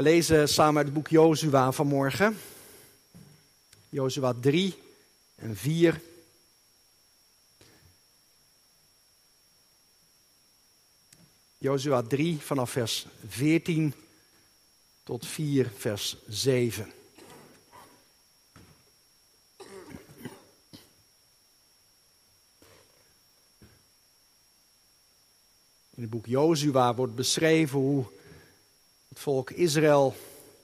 We lezen samen uit het boek Jozua vanmorgen. Jozua 3 en 4. Jozua 3 vanaf vers 14 tot 4 vers 7. In het boek Jozua wordt beschreven hoe het volk Israël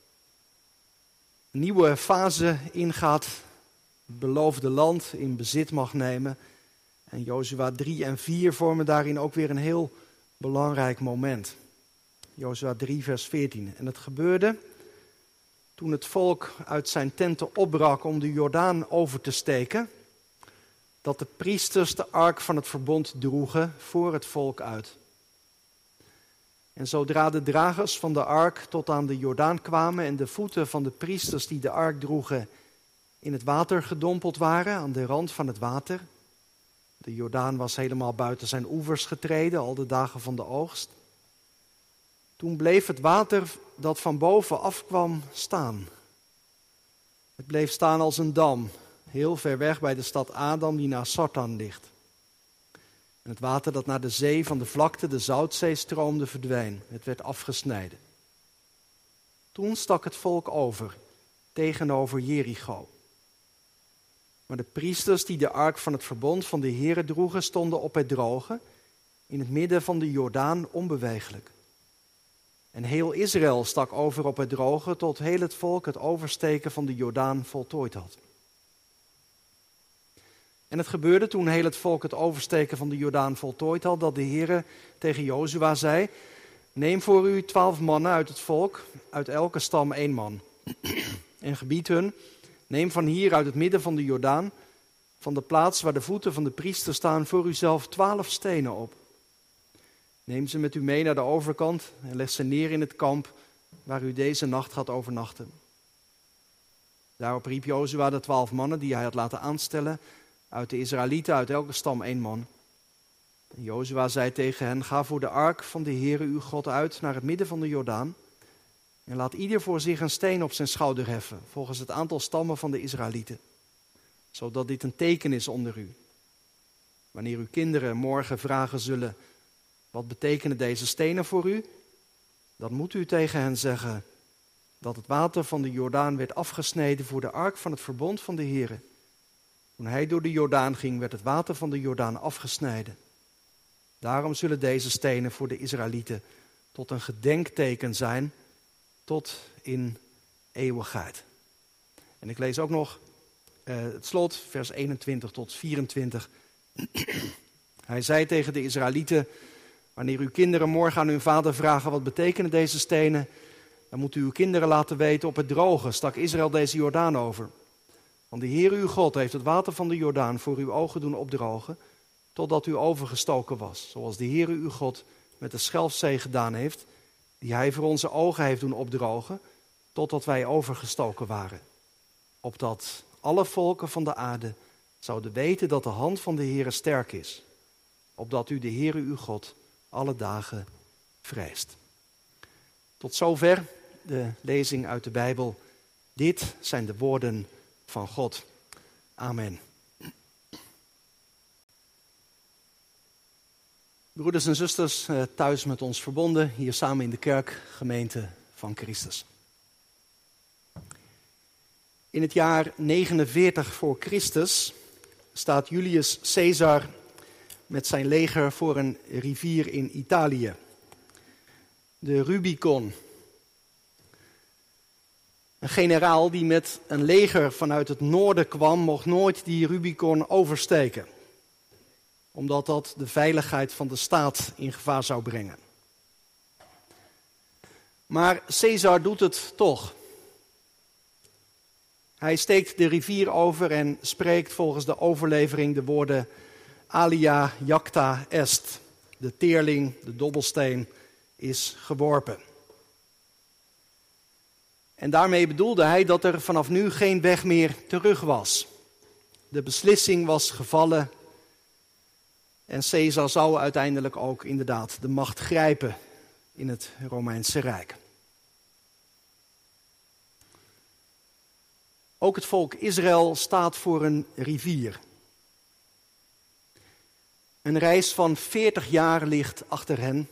een nieuwe fase ingaat, het beloofde land in bezit mag nemen. En Jozua 3 en 4 vormen daarin ook weer een heel belangrijk moment. Jozua 3 vers 14. En het gebeurde toen het volk uit zijn tenten opbrak om de Jordaan over te steken, dat de priesters de ark van het verbond droegen voor het volk uit. En zodra de dragers van de ark tot aan de Jordaan kwamen en de voeten van de priesters die de ark droegen in het water gedompeld waren, aan de rand van het water. De Jordaan was helemaal buiten zijn oevers getreden, al de dagen van de oogst. Toen bleef het water dat van boven afkwam staan. Het bleef staan als een dam, heel ver weg bij de stad Adam die naast Sartan ligt. En het water dat naar de zee van de vlakte, de Zoutzee, stroomde, verdween. Het werd afgesneden. Toen stak het volk over, tegenover Jericho. Maar de priesters die de ark van het verbond van de Heere droegen, stonden op het droge, in het midden van de Jordaan onbeweeglijk. En heel Israël stak over op het droge, tot heel het volk het oversteken van de Jordaan voltooid had. En het gebeurde toen heel het volk het oversteken van de Jordaan voltooid had, dat de Heere tegen Jozua zei: neem voor u 12 mannen uit het volk, uit elke stam 1 man. En gebied hun: neem van hier uit het midden van de Jordaan, van de plaats waar de voeten van de priester staan, voor uzelf 12 stenen op. Neem ze met u mee naar de overkant en leg ze neer in het kamp waar u deze nacht gaat overnachten. Daarop riep Jozua de 12 mannen die hij had laten aanstellen, uit de Israëlieten, uit elke stam 1 man. En Jozua zei tegen hen: ga voor de ark van de Heere uw God uit naar het midden van de Jordaan. En laat ieder voor zich een steen op zijn schouder heffen, volgens het aantal stammen van de Israëlieten. Zodat dit een teken is onder u. Wanneer uw kinderen morgen vragen zullen: wat betekenen deze stenen voor u? Dan moet u tegen hen zeggen dat het water van de Jordaan werd afgesneden voor de ark van het verbond van de Heere. Toen hij door de Jordaan ging, werd het water van de Jordaan afgesneden. Daarom zullen deze stenen voor de Israëlieten tot een gedenkteken zijn, tot in eeuwigheid. En ik lees ook nog het slot, vers 21 tot 24. Hij zei tegen de Israëlieten: wanneer uw kinderen morgen aan hun vader vragen: wat betekenen deze stenen? Dan moet u uw kinderen laten weten: op het droge stak Israël deze Jordaan over. Want de Heer uw God heeft het water van de Jordaan voor uw ogen doen opdrogen, totdat u overgestoken was. Zoals de Heer uw God met de Schelfzee gedaan heeft, die hij voor onze ogen heeft doen opdrogen, totdat wij overgestoken waren. Opdat alle volken van de aarde zouden weten dat de hand van de Heere sterk is. Opdat u de Heere uw God alle dagen vreest. Tot zover de lezing uit de Bijbel. Dit zijn de woorden van God. Amen. Broeders en zusters, thuis met ons verbonden, hier samen in de kerk, gemeente van Christus. In het jaar 49 voor Christus staat Julius Caesar met zijn leger voor een rivier in Italië, de Rubicon. Een generaal die met een leger vanuit het noorden kwam, mocht nooit die Rubicon oversteken, omdat dat de veiligheid van de staat in gevaar zou brengen. Maar Caesar doet het toch. Hij steekt de rivier over en spreekt volgens de overlevering de woorden: Alia jacta est. De teerling, de dobbelsteen, is geworpen. En daarmee bedoelde hij dat er vanaf nu geen weg meer terug was. De beslissing was gevallen en Caesar zou uiteindelijk ook inderdaad de macht grijpen in het Romeinse Rijk. Ook het volk Israël staat voor een rivier. Een reis van 40 jaar ligt achter hen.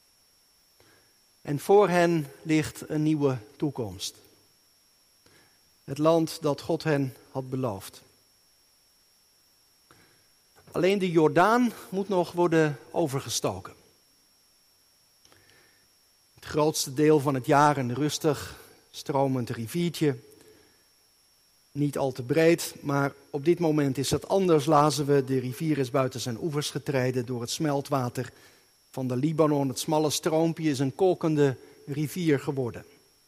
En voor hen ligt een nieuwe toekomst. Het land dat God hen had beloofd. Alleen de Jordaan moet nog worden overgestoken. Het grootste deel van het jaar een rustig, stromend riviertje. Niet al te breed, maar op dit moment is het anders, lazen we. De rivier is buiten zijn oevers getreden door het smeltwater van de Libanon. Het smalle stroompje is een kolkende rivier geworden.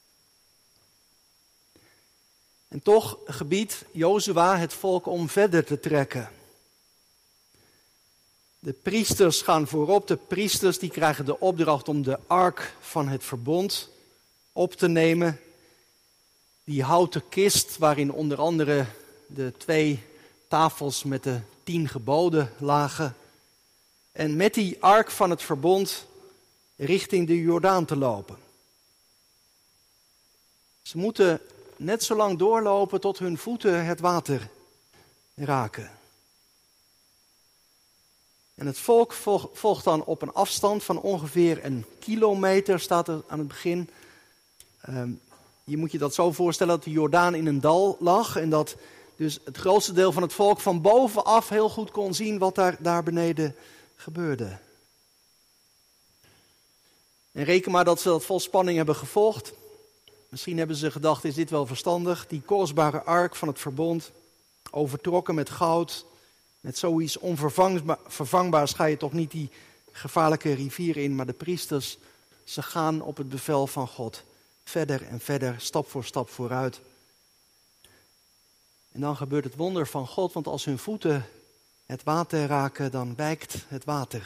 En toch gebiedt Jozua het volk om verder te trekken. De priesters gaan voorop. De priesters die krijgen de opdracht om de ark van het verbond op te nemen. Die houten kist waarin onder andere de 2 tafels met de 10 geboden lagen. En met die ark van het verbond richting de Jordaan te lopen. Ze moeten net zo lang doorlopen tot hun voeten het water raken. En het volk volgt dan op een afstand van ongeveer 1 kilometer, staat er aan het begin. Je moet je dat zo voorstellen dat de Jordaan in een dal lag. En dat dus het grootste deel van het volk van bovenaf heel goed kon zien wat daar beneden gebeurde. En reken maar dat ze dat vol spanning hebben gevolgd. Misschien hebben ze gedacht, is dit wel verstandig? Die kostbare ark van het verbond, overtrokken met goud. Met zoiets onvervangbaars ga je toch niet die gevaarlijke rivier in. Maar de priesters, ze gaan op het bevel van God verder en verder, stap voor stap vooruit. En dan gebeurt het wonder van God, want als hun voeten het water raken, dan wijkt het water.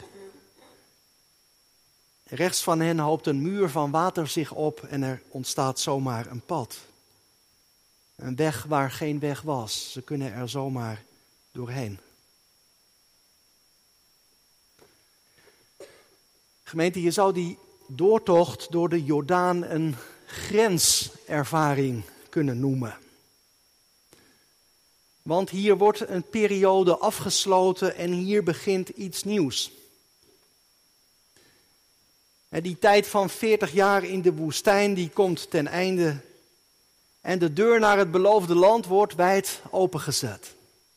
Rechts van hen hoopt een muur van water zich op en er ontstaat zomaar een pad. Een weg waar geen weg was. Ze kunnen er zomaar doorheen. Gemeente, je zou die doortocht door de Jordaan een grenservaring kunnen noemen. Want hier wordt een periode afgesloten en hier begint iets nieuws. Die tijd van 40 jaar in de woestijn, die komt ten einde. En de deur naar het beloofde land wordt wijd opengezet.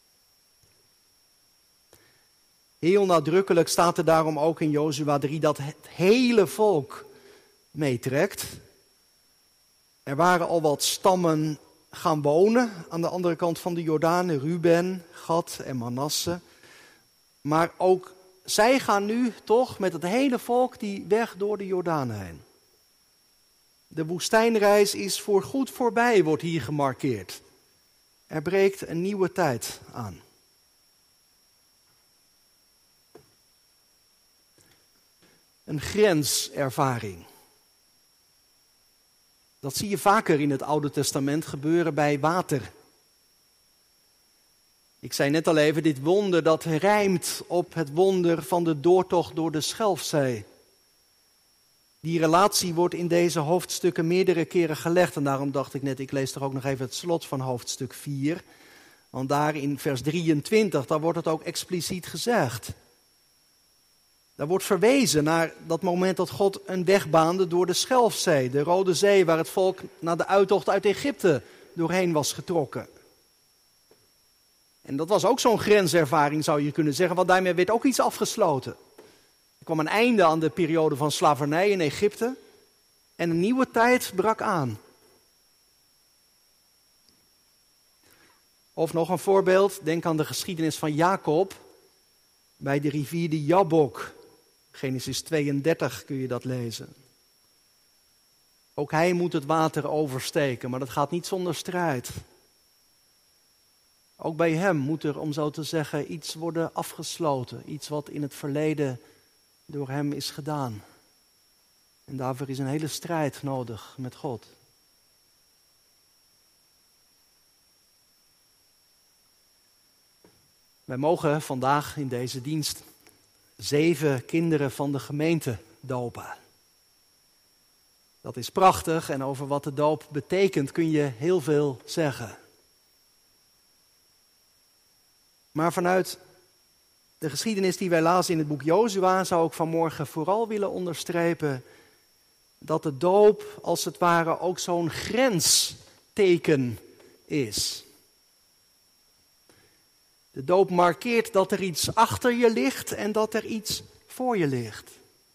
Heel nadrukkelijk staat er daarom ook in Jozua 3 dat het hele volk meetrekt. Er waren al wat stammen gaan wonen aan de andere kant van de Jordaan, Ruben, Gad en Manasse. Maar ook zij gaan nu toch met het hele volk die weg door de Jordaan heen. De woestijnreis is voorgoed voorbij, wordt hier gemarkeerd. Er breekt een nieuwe tijd aan. Een grenservaring. Dat zie je vaker in het Oude Testament gebeuren bij water. Ik zei net al even, dit wonder dat rijmt op het wonder van de doortocht door de Schelfzee. Die relatie wordt in deze hoofdstukken meerdere keren gelegd. En daarom dacht ik net, ik lees toch ook nog even het slot van hoofdstuk 4. Want daar in vers 23, daar wordt het ook expliciet gezegd. Daar wordt verwezen naar dat moment dat God een weg baande door de Schelfzee, de Rode Zee, waar het volk na de uittocht uit Egypte doorheen was getrokken. En dat was ook zo'n grenservaring, zou je kunnen zeggen, want daarmee werd ook iets afgesloten. Er kwam een einde aan de periode van slavernij in Egypte en een nieuwe tijd brak aan. Of nog een voorbeeld, denk aan de geschiedenis van Jacob bij de rivier de Jabbok. Genesis 32 kun je dat lezen. Ook hij moet het water oversteken, maar dat gaat niet zonder strijd. Ook bij hem moet er, om zo te zeggen, iets worden afgesloten. Iets wat in het verleden door hem is gedaan. En daarvoor is een hele strijd nodig met God. Wij mogen vandaag in deze dienst 7 kinderen van de gemeente dopen. Dat is prachtig en over wat de doop betekent kun je heel veel zeggen. Maar vanuit de geschiedenis die wij lazen in het boek Jozua zou ik vanmorgen vooral willen onderstrepen dat de doop als het ware ook zo'n grensteken is. De doop markeert dat er iets achter je ligt en dat er iets voor je ligt.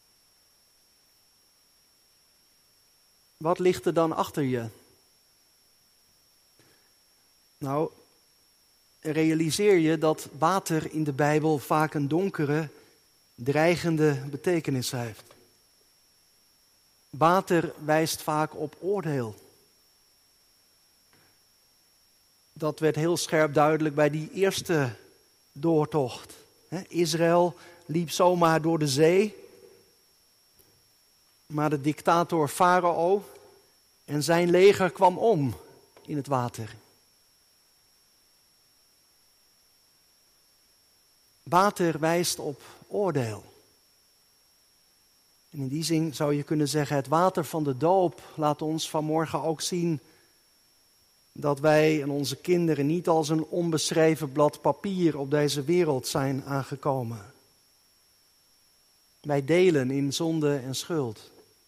Wat ligt er dan achter je? Nou, realiseer je dat water in de Bijbel vaak een donkere, dreigende betekenis heeft. Water wijst vaak op oordeel. Dat werd heel scherp duidelijk bij die eerste doortocht. Israël liep zomaar door de zee, maar de dictator Farao en zijn leger kwam om in het water. Water wijst op oordeel. En in die zin zou je kunnen zeggen, het water van de doop laat ons vanmorgen ook zien dat wij en onze kinderen niet als een onbeschreven blad papier op deze wereld zijn aangekomen. Wij delen in zonde en schuld.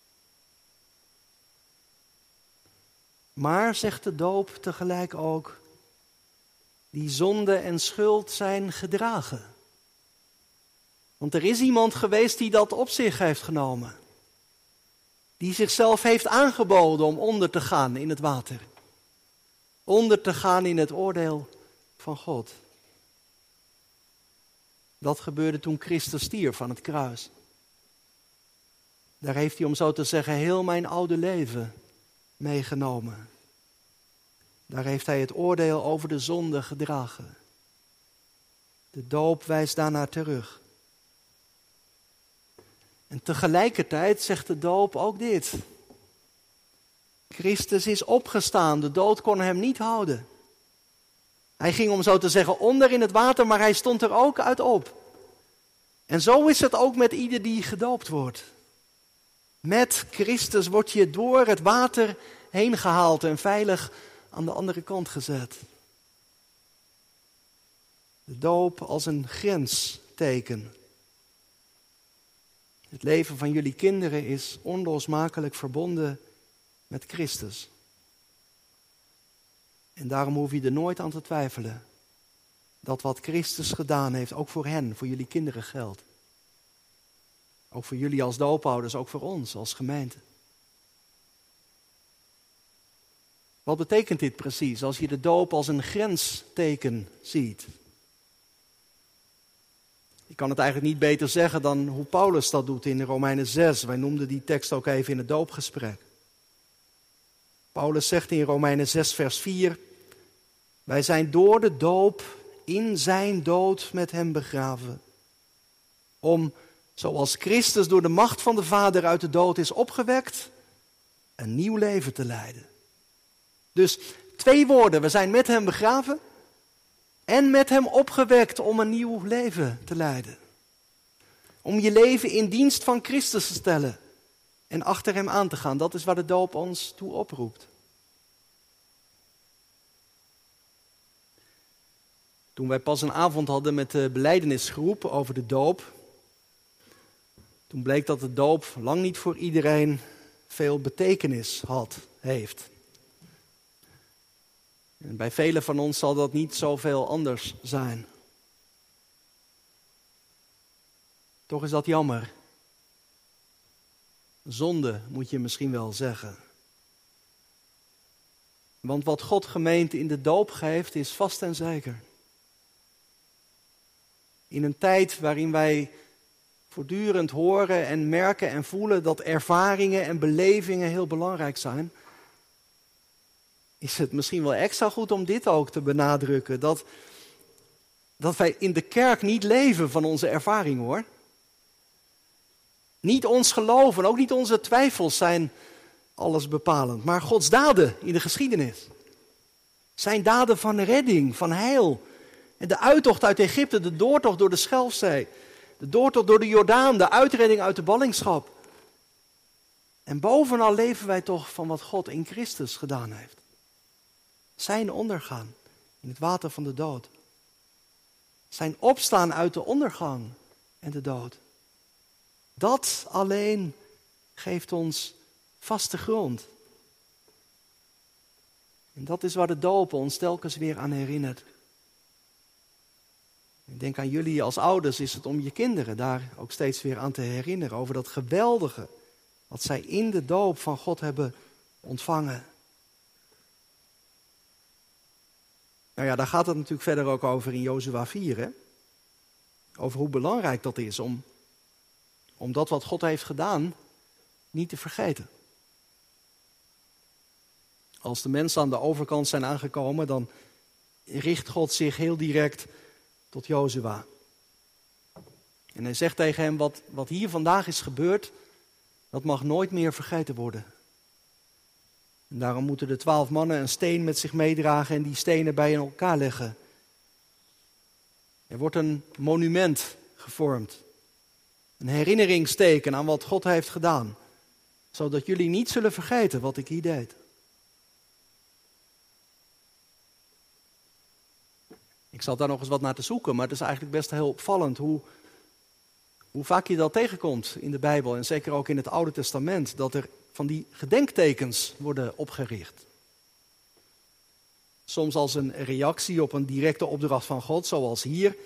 Maar, zegt de doop tegelijk ook, die zonde en schuld zijn gedragen. Want er is iemand geweest die dat op zich heeft genomen. Die zichzelf heeft aangeboden om onder te gaan in het water. Onder te gaan in het oordeel van God. Dat gebeurde toen Christus stierf aan het kruis. Daar heeft hij, om zo te zeggen, heel mijn oude leven meegenomen. Daar heeft hij het oordeel over de zonde gedragen. De doop wijst daarnaar terug. En tegelijkertijd zegt de doop ook dit. Christus is opgestaan, de dood kon hem niet houden. Hij ging, om zo te zeggen, onder in het water, maar hij stond er ook uit op. En zo is het ook met ieder die gedoopt wordt. Met Christus word je door het water heen gehaald en veilig aan de andere kant gezet. De doop als een grensteken. Het leven van jullie kinderen is onlosmakelijk verbonden met Christus. En daarom hoef je er nooit aan te twijfelen dat wat Christus gedaan heeft, ook voor hen, voor jullie kinderen geldt. Ook voor jullie als doopouders, ook voor ons als gemeente. Wat betekent dit precies als je de doop als een grensteken ziet? Ik kan het eigenlijk niet beter zeggen dan hoe Paulus dat doet in Romeinen 6. Wij noemden die tekst ook even in het doopgesprek. Paulus zegt in Romeinen 6 vers 4... Wij zijn door de doop in zijn dood met hem begraven. Om, zoals Christus door de macht van de Vader uit de dood is opgewekt, een nieuw leven te leiden. Dus 2 woorden, we zijn met hem begraven en met hem opgewekt om een nieuw leven te leiden. Om je leven in dienst van Christus te stellen en achter hem aan te gaan. Dat is waar de doop ons toe oproept. Toen wij pas een avond hadden met de belijdenisgroep over de doop, toen bleek dat de doop lang niet voor iedereen veel betekenis heeft. En bij velen van ons zal dat niet zoveel anders zijn. Toch is dat jammer. Zonde moet je misschien wel zeggen. Want wat God gemeente in de doop geeft is vast en zeker. In een tijd waarin wij voortdurend horen en merken en voelen dat ervaringen en belevingen heel belangrijk zijn, is het misschien wel extra goed om dit ook te benadrukken. Dat wij in de kerk niet leven van onze ervaring, hoor. Niet ons geloof en ook niet onze twijfels zijn alles bepalend. Maar Gods daden in de geschiedenis. Zijn daden van redding, van heil. En de uittocht uit Egypte, de doortocht door de Schelfzee. De doortocht door de Jordaan, de uitredding uit de ballingschap. En bovenal leven wij toch van wat God in Christus gedaan heeft. Zijn ondergaan in het water van de dood. Zijn opstaan uit de ondergang en de dood. Dat alleen geeft ons vaste grond. En dat is waar de doop ons telkens weer aan herinnert. Ik denk aan jullie als ouders, is het om je kinderen daar ook steeds weer aan te herinneren. Over dat geweldige wat zij in de doop van God hebben ontvangen. Nou ja, daar gaat het natuurlijk verder ook over in Jozua 4. Hè? Over hoe belangrijk dat is om dat wat God heeft gedaan niet te vergeten. Als de mensen aan de overkant zijn aangekomen, dan richt God zich heel direct tot Jozua. En hij zegt tegen hem, wat hier vandaag is gebeurd, dat mag nooit meer vergeten worden. En daarom moeten de 12 mannen een steen met zich meedragen en die stenen bij elkaar leggen. Er wordt een monument gevormd. Een herinneringsteken aan wat God heeft gedaan. Zodat jullie niet zullen vergeten wat ik hier deed. Ik zat daar nog eens wat naar te zoeken, maar het is eigenlijk best heel opvallend hoe vaak je dat tegenkomt in de Bijbel. En zeker ook in het Oude Testament, dat er van die gedenktekens worden opgericht. Soms als een reactie op een directe opdracht van God, zoals hier.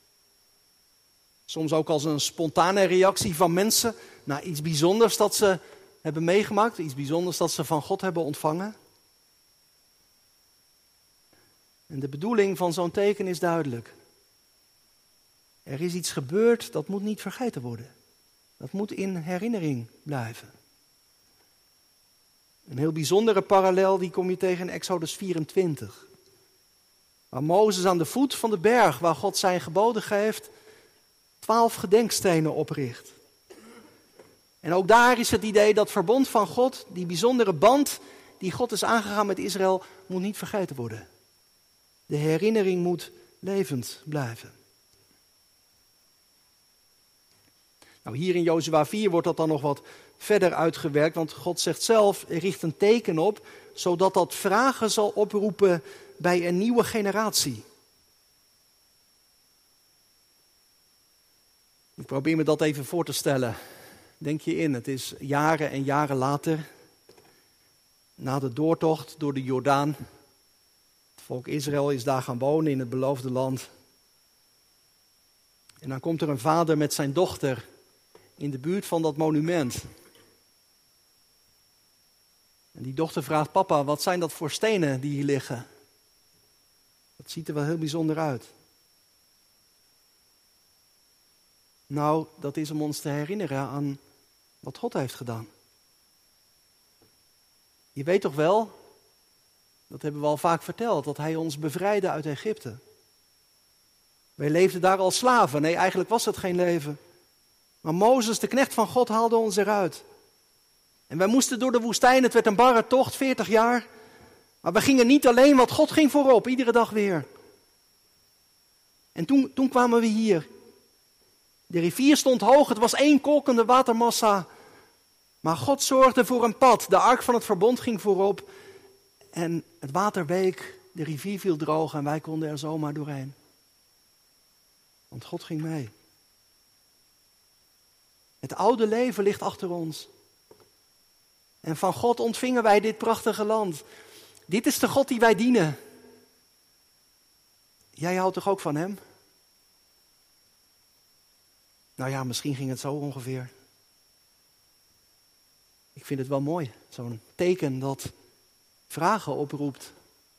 Soms ook als een spontane reactie van mensen naar iets bijzonders dat ze hebben meegemaakt. Iets bijzonders dat ze van God hebben ontvangen. En de bedoeling van zo'n teken is duidelijk. Er is iets gebeurd, dat moet niet vergeten worden. Dat moet in herinnering blijven. Een heel bijzondere parallel die kom je tegen in Exodus 24. Waar Mozes aan de voet van de berg, waar God zijn geboden geeft, 12 gedenkstenen opricht. En ook daar is het idee dat verbond van God, die bijzondere band die God is aangegaan met Israël, moet niet vergeten worden. De herinnering moet levend blijven. Nou, hier in Jozua 4 wordt dat dan nog wat verder uitgewerkt, want God zegt zelf, richt een teken op, zodat dat vragen zal oproepen bij een nieuwe generatie. Ik probeer me dat even voor te stellen. Denk je in, het is jaren en jaren later, na de doortocht door de Jordaan. Het volk Israël is daar gaan wonen in het beloofde land. En dan komt er een vader met zijn dochter in de buurt van dat monument. En die dochter vraagt, papa, wat zijn dat voor stenen die hier liggen? Dat ziet er wel heel bijzonder uit. Nou, dat is om ons te herinneren aan wat God heeft gedaan. Je weet toch wel, dat hebben we al vaak verteld, dat hij ons bevrijdde uit Egypte. Wij leefden daar als slaven. Nee, eigenlijk was het geen leven. Maar Mozes, de knecht van God, haalde ons eruit. En wij moesten door de woestijn, het werd een barre tocht, 40 jaar. Maar we gingen niet alleen, want God ging voorop, iedere dag weer. En toen kwamen we hier. De rivier stond hoog, het was één kolkende watermassa. Maar God zorgde voor een pad. De ark van het verbond ging voorop. En het water week, de rivier viel droog en wij konden er zomaar doorheen. Want God ging mee. Het oude leven ligt achter ons. En van God ontvingen wij dit prachtige land. Dit is de God die wij dienen. Jij houdt toch ook van hem? Nou ja, misschien ging het zo ongeveer. Ik vind het wel mooi, zo'n teken dat vragen oproept.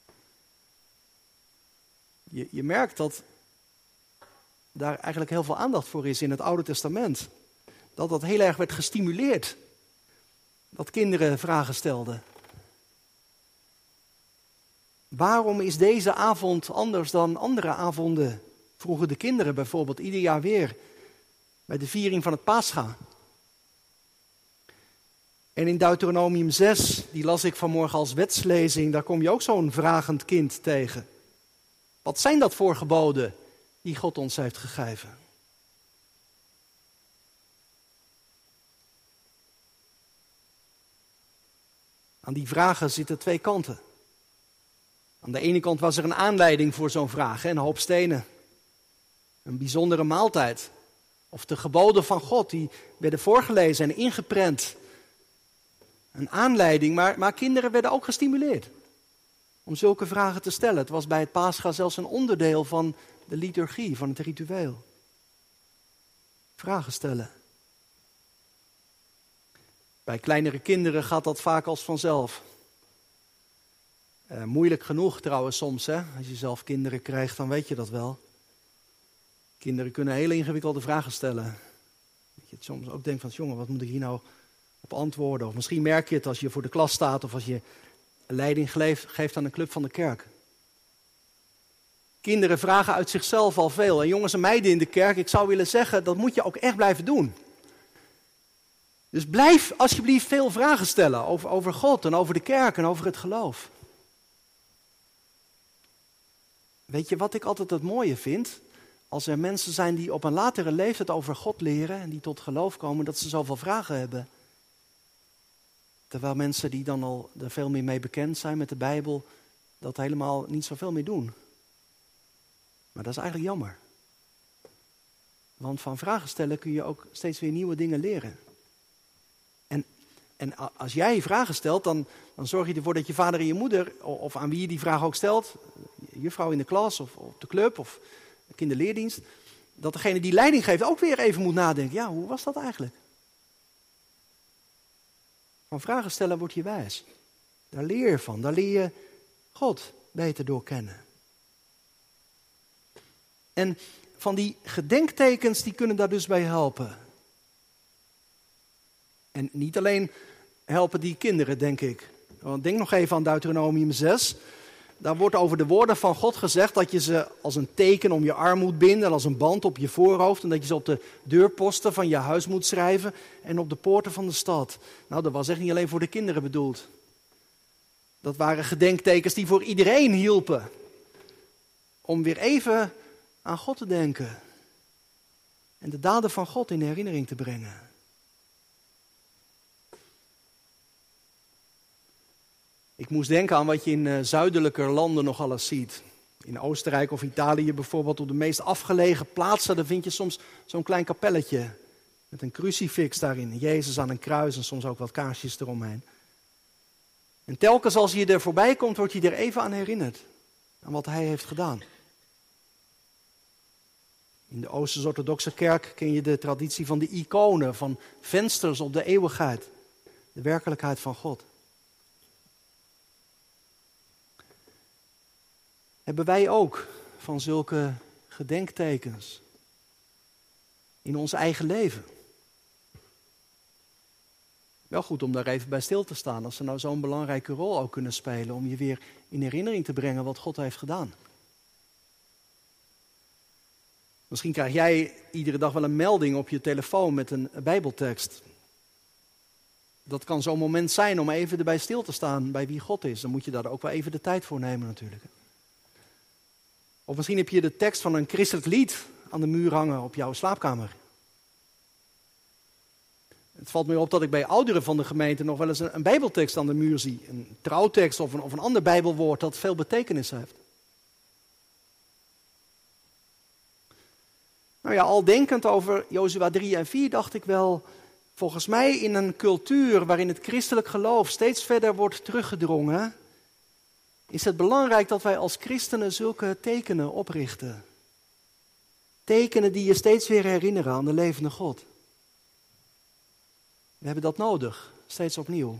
Je merkt dat daar eigenlijk heel veel aandacht voor is in het Oude Testament. Dat heel erg werd gestimuleerd. Dat kinderen vragen stelden. Waarom is deze avond anders dan andere avonden? Vroegen de kinderen bijvoorbeeld ieder jaar weer. Bij de viering van het Pascha. En in Deuteronomium 6, die las ik vanmorgen als wetslezing, daar kom je ook zo'n vragend kind tegen. Wat zijn dat voor geboden die God ons heeft gegeven? Aan die vragen zitten twee kanten. Aan de ene kant was er een aanleiding voor zo'n vraag, een hoop stenen. Een bijzondere maaltijd. Of de geboden van God, die werden voorgelezen en ingeprent. Een aanleiding, maar kinderen werden ook gestimuleerd om zulke vragen te stellen. Het was bij het Pascha zelfs een onderdeel van de liturgie, van het ritueel. Vragen stellen. Bij kleinere kinderen gaat dat vaak als vanzelf. Moeilijk genoeg trouwens soms, hè? Als je zelf kinderen krijgt, dan weet je dat wel. Kinderen kunnen hele ingewikkelde vragen stellen. Dat je soms ook denkt van, jongen, wat moet ik hier nou op antwoorden? Of misschien merk je het als je voor de klas staat of als je leiding geeft aan een club van de kerk. Kinderen vragen uit zichzelf al veel. En jongens en meiden in de kerk, ik zou willen zeggen, dat moet je ook echt blijven doen. Dus blijf alsjeblieft veel vragen stellen over God en over de kerk en over het geloof. Weet je wat ik altijd het mooie vind? Als er mensen zijn die op een latere leeftijd over God leren en die tot geloof komen, dat ze zoveel vragen hebben. Terwijl mensen die dan al er veel meer mee bekend zijn met de Bijbel, dat helemaal niet zoveel meer doen. Maar dat is eigenlijk jammer. Want van vragen stellen kun je ook steeds weer nieuwe dingen leren. En als jij vragen stelt, dan zorg je ervoor dat je vader en je moeder, of aan wie je die vraag ook stelt, juffrouw in de klas of op de club of kinderleerdienst, dat degene die leiding geeft ook weer even moet nadenken. Ja, hoe was dat eigenlijk? Van vragen stellen word je wijs. Daar leer je van. Daar leer je God beter door kennen. En van die gedenktekens, die kunnen daar dus bij helpen. En niet alleen helpen die kinderen, denk ik. Want denk nog even aan Deuteronomium 6. Daar wordt over de woorden van God gezegd dat je ze als een teken om je arm moet binden en als een band op je voorhoofd. En dat je ze op de deurposten van je huis moet schrijven en op de poorten van de stad. Nou, dat was echt niet alleen voor de kinderen bedoeld. Dat waren gedenktekens die voor iedereen hielpen. Om weer even aan God te denken. En de daden van God in herinnering te brengen. Ik moest denken aan wat je in zuidelijke landen nog alles ziet. In Oostenrijk of Italië bijvoorbeeld, op de meest afgelegen plaatsen, daar vind je soms zo'n klein kapelletje. Met een crucifix daarin, Jezus aan een kruis en soms ook wat kaarsjes eromheen. En telkens als je er voorbij komt, word je er even aan herinnerd. Aan wat hij heeft gedaan. In de Oosters-orthodoxe kerk ken je de traditie van de iconen, van vensters op de eeuwigheid. De werkelijkheid van God. Hebben wij ook van zulke gedenktekens in ons eigen leven? Wel goed om daar even bij stil te staan, als ze nou zo'n belangrijke rol ook kunnen spelen om je weer in herinnering te brengen wat God heeft gedaan. Misschien krijg jij iedere dag wel een melding op je telefoon met een Bijbeltekst. Dat kan zo'n moment zijn om even erbij stil te staan bij wie God is. Dan moet je daar ook wel even de tijd voor nemen natuurlijk. Of misschien heb je de tekst van een christelijk lied aan de muur hangen op jouw slaapkamer. Het valt me op dat ik bij ouderen van de gemeente nog wel eens een Bijbeltekst aan de muur zie. Een trouwtekst of een ander Bijbelwoord dat veel betekenis heeft. Nou ja, al denkend over Jozua 3 en 4 dacht ik wel, volgens mij in een cultuur waarin het christelijk geloof steeds verder wordt teruggedrongen, is het belangrijk dat wij als christenen zulke tekenen oprichten. Tekenen die je steeds weer herinneren aan de levende God. We hebben dat nodig, steeds opnieuw.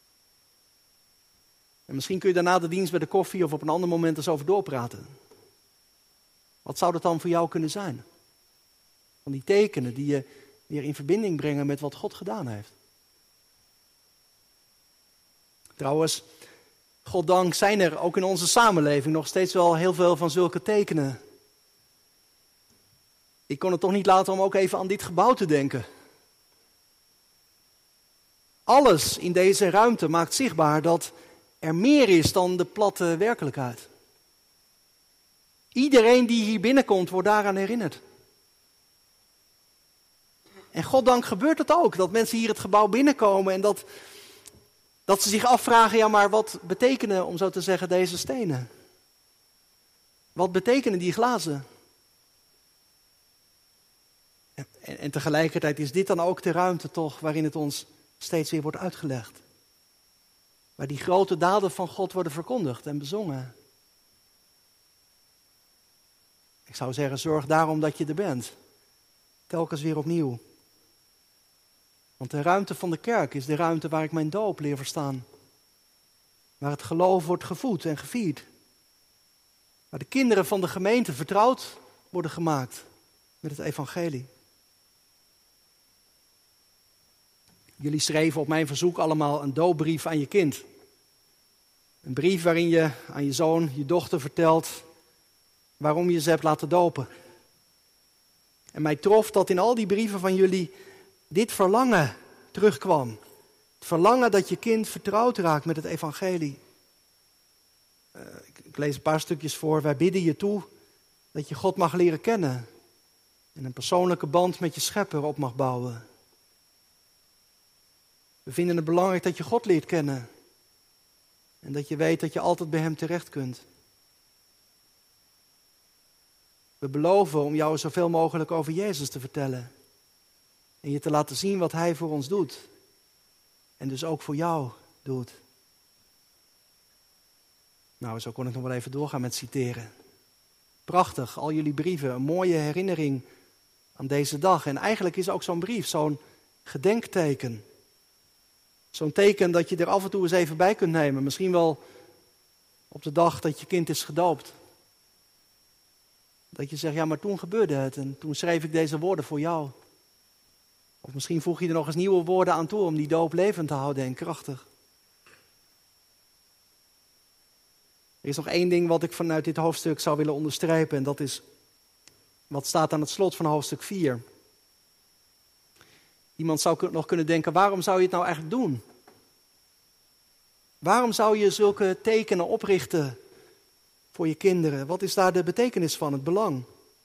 En misschien kun je daarna de dienst bij de koffie of op een ander moment eens over doorpraten. Wat zou dat dan voor jou kunnen zijn? Van die tekenen die je weer in verbinding brengen met wat God gedaan heeft. Trouwens, goddank zijn er ook in onze samenleving nog steeds wel heel veel van zulke tekenen. Ik kon het toch niet laten om ook even aan dit gebouw te denken. Alles in deze ruimte maakt zichtbaar dat er meer is dan de platte werkelijkheid. Iedereen die hier binnenkomt wordt daaraan herinnerd. En goddank gebeurt het ook, dat mensen hier het gebouw binnenkomen en dat ze zich afvragen, ja maar wat betekenen, om zo te zeggen, deze stenen? Wat betekenen die glazen? En tegelijkertijd is dit dan ook de ruimte toch waarin het ons steeds weer wordt uitgelegd. Waar die grote daden van God worden verkondigd en bezongen. Ik zou zeggen, zorg daarom dat je er bent. Telkens weer opnieuw. Want de ruimte van de kerk is de ruimte waar ik mijn doop leer verstaan. Waar het geloof wordt gevoed en gevierd. Waar de kinderen van de gemeente vertrouwd worden gemaakt met het evangelie. Jullie schreven op mijn verzoek allemaal een doopbrief aan je kind. Een brief waarin je aan je zoon, je dochter vertelt waarom je ze hebt laten dopen. En mij trof dat in al die brieven van jullie dit verlangen terugkwam. Het verlangen dat je kind vertrouwd raakt met het evangelie. Ik lees een paar stukjes voor. Wij bidden je toe dat je God mag leren kennen. En een persoonlijke band met je schepper op mag bouwen. We vinden het belangrijk dat je God leert kennen. En dat je weet dat je altijd bij hem terecht kunt. We beloven om jou zoveel mogelijk over Jezus te vertellen. En je te laten zien wat hij voor ons doet. En dus ook voor jou doet. Nou, zo kon ik nog wel even doorgaan met citeren. Prachtig, al jullie brieven, een mooie herinnering aan deze dag. En eigenlijk is ook zo'n brief zo'n gedenkteken. Zo'n teken dat je er af en toe eens even bij kunt nemen. Misschien wel op de dag dat je kind is gedoopt. Dat je zegt, ja, maar toen gebeurde het en toen schreef ik deze woorden voor jou. Of misschien voeg je er nog eens nieuwe woorden aan toe om die doop levend te houden en krachtig. Er is nog één ding wat ik vanuit dit hoofdstuk zou willen onderstrepen. En dat is wat staat aan het slot van hoofdstuk 4. Iemand zou nog kunnen denken, waarom zou je het nou eigenlijk doen? Waarom zou je zulke tekenen oprichten voor je kinderen? Wat is daar de betekenis van, het belang?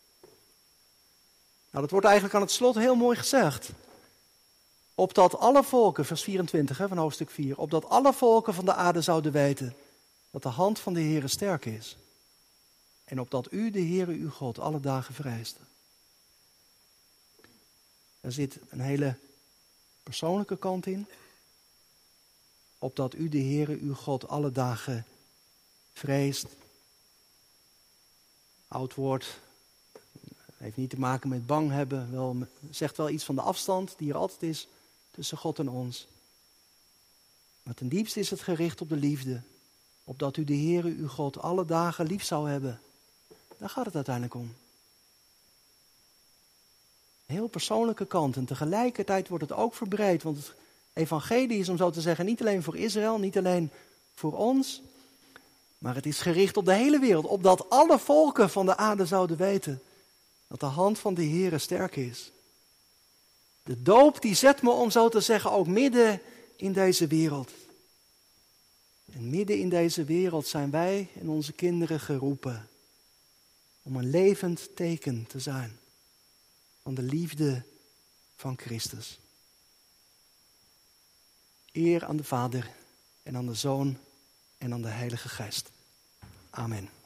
Nou, dat wordt eigenlijk aan het slot heel mooi gezegd. Opdat alle volken, vers 24 van hoofdstuk 4, opdat alle volken van de aarde zouden weten dat de hand van de Heere sterk is. En opdat u, de Heere uw God, alle dagen vreest. Er zit een hele persoonlijke kant in. Opdat u, de Heere uw God, alle dagen vreest. Oud woord, heeft niet te maken met bang hebben. Zegt wel iets van de afstand die er altijd is tussen God en ons. Maar ten diepste is het gericht op de liefde. Opdat u de Heere uw God alle dagen lief zou hebben. Daar gaat het uiteindelijk om. Een heel persoonlijke kant. En tegelijkertijd wordt het ook verbreed. Want het evangelie is, om zo te zeggen, niet alleen voor Israël, niet alleen voor ons. Maar het is gericht op de hele wereld. Opdat alle volken van de aarde zouden weten dat de hand van de Heere sterk is. De doop die zet me, om zo te zeggen, ook midden in deze wereld. En midden in deze wereld zijn wij en onze kinderen geroepen om een levend teken te zijn van de liefde van Christus. Eer aan de Vader en aan de Zoon en aan de Heilige Geest. Amen.